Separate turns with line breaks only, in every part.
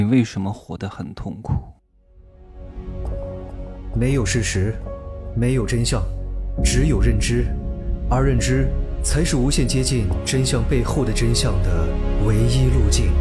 你为什么活得很痛苦？
没有事实，没有真相，只有认知，而认知才是无限接近真相背后的真相的唯一路径。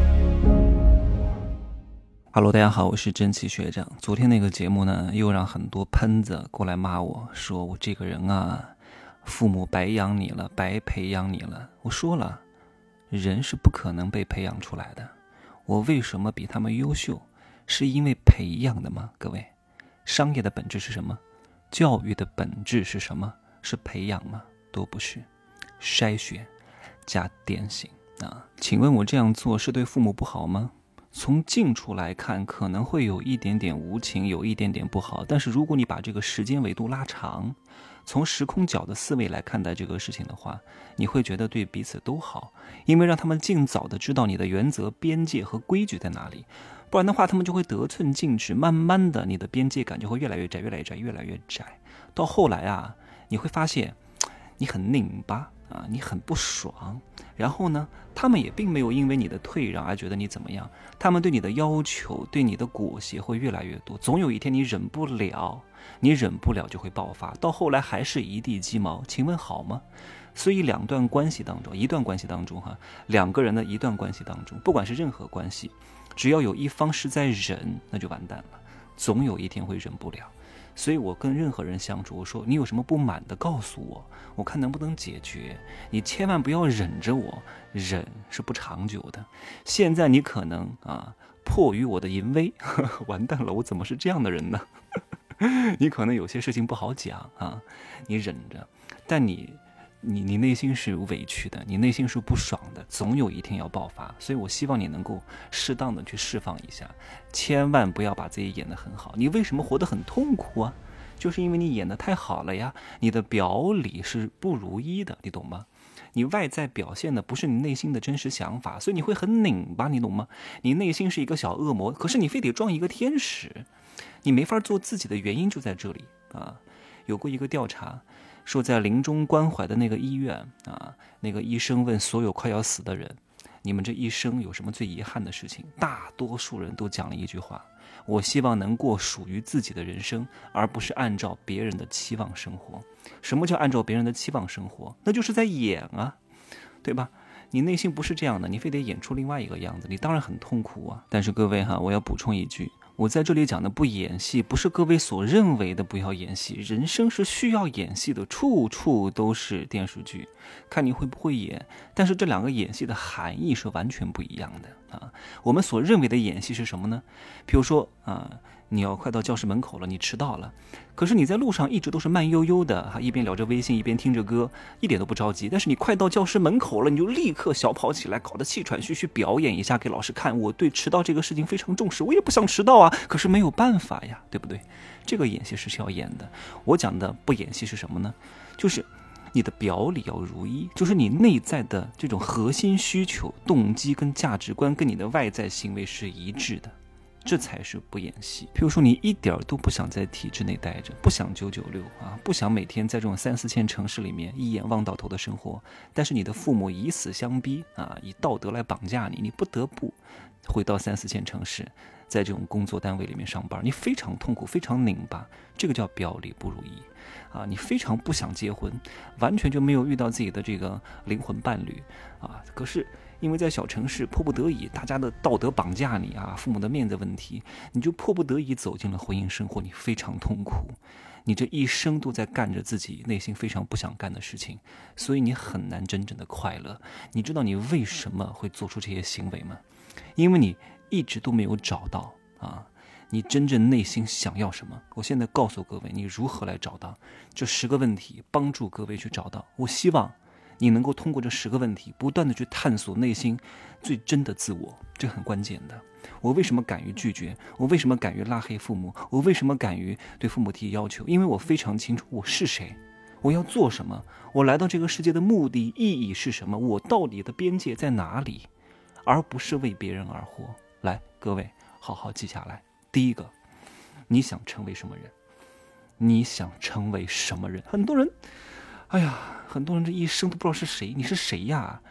Hello， 大家好，我是真奇学长。昨天那个节目呢，又让很多喷子过来骂我，说我这个人啊，父母白养你了，白培养你了。我说了，人是不可能被培养出来的。我为什么比他们优秀？是因为培养的吗？各位，商业的本质是什么？教育的本质是什么？是培养吗？都不是，筛选加点醒啊。请问我这样做是对父母不好吗？从近处来看，可能会有一点点无情，有一点点不好。但是如果你把这个时间维度拉长，从时空角的思维来看待这个事情的话，你会觉得对彼此都好，因为让他们尽早的知道你的原则、边界和规矩在哪里，不然的话他们就会得寸进尺，慢慢的你的边界感就会越来越窄，越来越窄，越来越窄。到后来啊，你会发现你很拧巴啊，你很不爽，然后呢，他们也并没有因为你的退让而觉得你怎么样，他们对你的要求、对你的裹挟会越来越多，总有一天你忍不了，就会爆发，到后来还是一地鸡毛，请问好吗？所以一段关系当中两个人的一段关系当中，不管是任何关系，只要有一方是在忍，那就完蛋了，总有一天会忍不了。所以我跟任何人相处，我说你有什么不满的告诉我，我看能不能解决，你千万不要忍着我，忍是不长久的。现在你可能迫于我的淫威，完蛋了，我怎么是这样的人呢？你可能有些事情不好讲啊，你忍着，但你内心是委屈的，你内心是不爽的，总有一天要爆发。所以我希望你能够适当的去释放一下，千万不要把自己演得很好。你为什么活得很痛苦啊？就是因为你演得太好了呀，你的表里是不如意的，你懂吗？你外在表现的不是你内心的真实想法，所以你会很拧巴，你懂吗？你内心是一个小恶魔，可是你非得装一个天使，你没法做自己的原因就在这里啊。有过一个调查说，在临终关怀的那个医院啊，那个医生问所有快要死的人，你们这一生有什么最遗憾的事情？大多数人都讲了一句话，我希望能过属于自己的人生，而不是按照别人的期望生活。什么叫按照别人的期望生活？那就是在演啊，对吧？你内心不是这样的，你非得演出另外一个样子，你当然很痛苦啊。但是各位我要补充一句，我在这里讲的不演戏，不是各位所认为的不要演戏，人生是需要演戏的，处处都是电视剧，看你会不会演。但是这两个演戏的含义是完全不一样的啊。我们所认为的演戏是什么呢？比如说你要快到教室门口了，你迟到了，可是你在路上一直都是慢悠悠的一边聊着微信一边听着歌，一点都不着急。但是你快到教室门口了，你就立刻小跑起来，搞得气喘吁吁，表演一下给老师看，我对迟到这个事情非常重视，我也不想迟到啊，可是没有办法呀，对不对？这个演戏是需要演的。我讲的不演戏是什么呢？就是你的表里要如一，就是你内在的这种核心需求、动机跟价值观跟你的外在行为是一致的，这才是不演戏。譬如说你一点都不想在体制内待着，不想996不想每天在这种3、4线城市里面一眼望到头的生活，但是你的父母以死相逼以道德来绑架你，你不得不回到3、4线城市，在这种工作单位里面上班，你非常痛苦，非常拧巴，这个叫表里不如意你非常不想结婚，完全就没有遇到自己的这个灵魂伴侣可是因为在小城市迫不得已，大家的道德绑架你父母的面子问题，你就迫不得已走进了婚姻生活，你非常痛苦，你这一生都在干着自己内心非常不想干的事情，所以你很难真正的快乐。你知道你为什么会做出这些行为吗？因为你一直都没有找到你真正内心想要什么。我现在告诉各位，你如何来找到这10个问题，帮助各位去找到。我希望你能够通过这10个问题，不断的去探索内心最真的自我，这很关键的。我为什么敢于拒绝？我为什么敢于拉黑父母？我为什么敢于对父母提要求？因为我非常清楚我是谁，我要做什么，我来到这个世界的目的意义是什么，我到底的边界在哪里，而不是为别人而活。来，各位好好记下来。第一个，你想成为什么人？你想成为什么人？很多人这一生都不知道是谁，你是谁呀？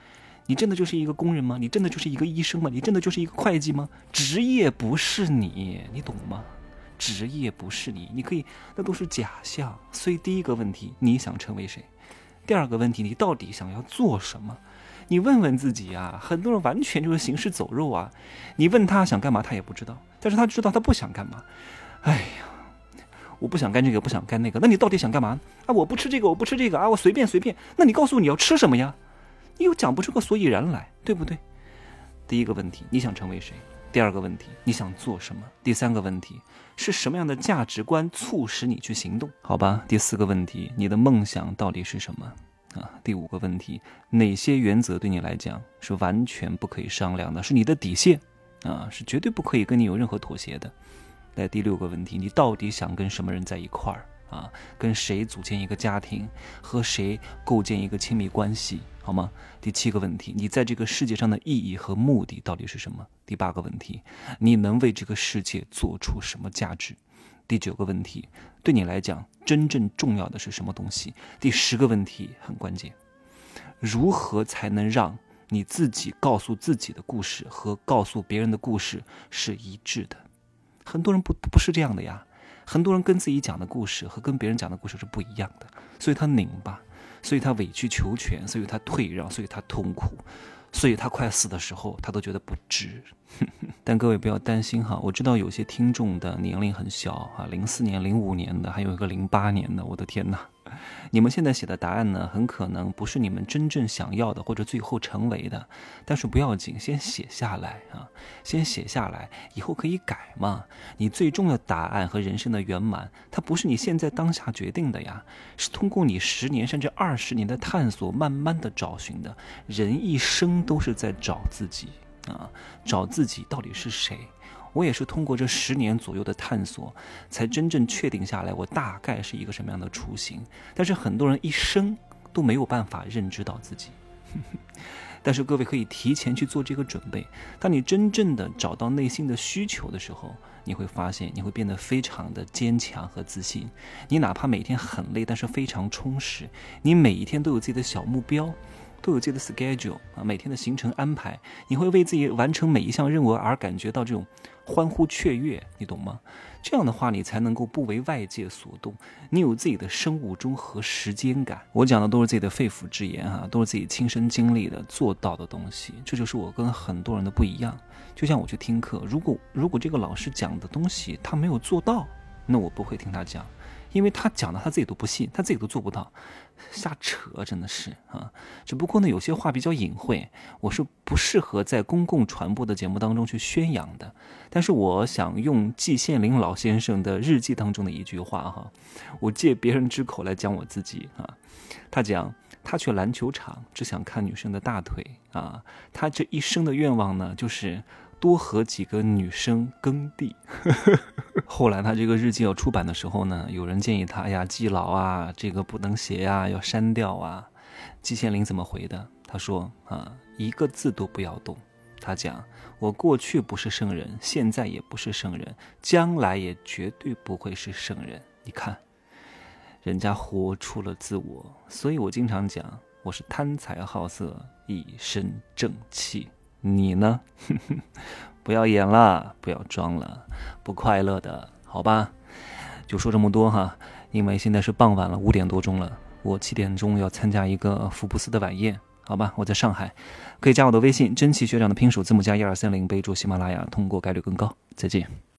你真的就是一个工人吗？你真的就是一个医生吗？你真的就是一个会计吗？职业不是你，你懂吗？职业不是你，你可以，那都是假象。所以第一个问题，你想成为谁？第二个问题，你到底想要做什么？你问问自己啊，很多人完全就是行尸走肉啊。你问他想干嘛，他也不知道，但是他知道他不想干嘛。哎呀，我不想干这个，不想干那个。那你到底想干嘛啊？我不吃这个，我不吃这个啊，我随便。那你告诉我你要吃什么呀？你又讲不出个所以然来，对不对？第一个问题，你想成为谁？第二个问题，你想做什么？第三个问题，是什么样的价值观促使你去行动？好吧，第四个问题，你的梦想到底是什么？第五个问题，哪些原则对你来讲是完全不可以商量的，是你的底线是绝对不可以跟你有任何妥协的。来，第六个问题，你到底想跟什么人在一块儿跟谁组建一个家庭，和谁构建一个亲密关系，好吗？第七个问题，你在这个世界上的意义和目的到底是什么？第八个问题，你能为这个世界做出什么价值？第九个问题，对你来讲真正重要的是什么东西？第10个问题很关键，如何才能让你自己告诉自己的故事和告诉别人的故事是一致的？很多人不是这样的呀，很多人跟自己讲的故事和跟别人讲的故事是不一样的，所以他拧巴，所以他委曲求全，所以他退让，所以他痛苦，所以他快死的时候他都觉得不值。但各位不要担心哈，我知道有些听众的年龄很小04年、05年的，还有一个08年的，我的天哪！你们现在写的答案呢，很可能不是你们真正想要的，或者最后成为的。但是不要紧，先写下来先写下来，以后可以改嘛。你最终的答案和人生的圆满，它不是你现在当下决定的呀，是通过你10年甚至20年的探索，慢慢的找寻的。人一生都是在找自己找自己到底是谁。我也是通过这10年左右的探索，才真正确定下来我大概是一个什么样的雏形。但是很多人一生都没有办法认知到自己。但是各位可以提前去做这个准备，当你真正的找到内心的需求的时候，你会发现你会变得非常的坚强和自信。你哪怕每天很累，但是非常充实。你每一天都有自己的小目标，都有自己的 schedule 每天的行程安排，你会为自己完成每一项任务而感觉到这种欢呼雀跃，你懂吗？这样的话你才能够不为外界所动，你有自己的生物钟和时间感。我讲的都是自己的肺腑之言都是自己亲身经历的做到的东西，这就是我跟很多人的不一样。就像我去听课，如果这个老师讲的东西他没有做到，那我不会听他讲，因为他讲的他自己都不信，他自己都做不到，瞎扯，真的是只不过呢，有些话比较隐晦，我是不适合在公共传播的节目当中去宣扬的。但是我想用季羡林老先生的日记当中的一句话我借别人之口来讲我自己他讲他去篮球场只想看女生的大腿他这一生的愿望呢，就是多和几个女生耕地。后来他这个日记要出版的时候呢，有人建议他记牢这个不能写要删掉季羡林怎么回的？他说一个字都不要动。他讲，我过去不是圣人，现在也不是圣人，将来也绝对不会是圣人。你看人家活出了自我。所以我经常讲，我是贪财好色，一身正气。你呢？不要演了，不要装了，不快乐的，好吧？就说这么多因为现在是傍晚了，5点多钟了，我7点钟要参加一个福布斯的晚宴，好吧？我在上海，可以加我的微信，真奇学长的拼手字母加1230，备注喜马拉雅，通过概率更高。再见。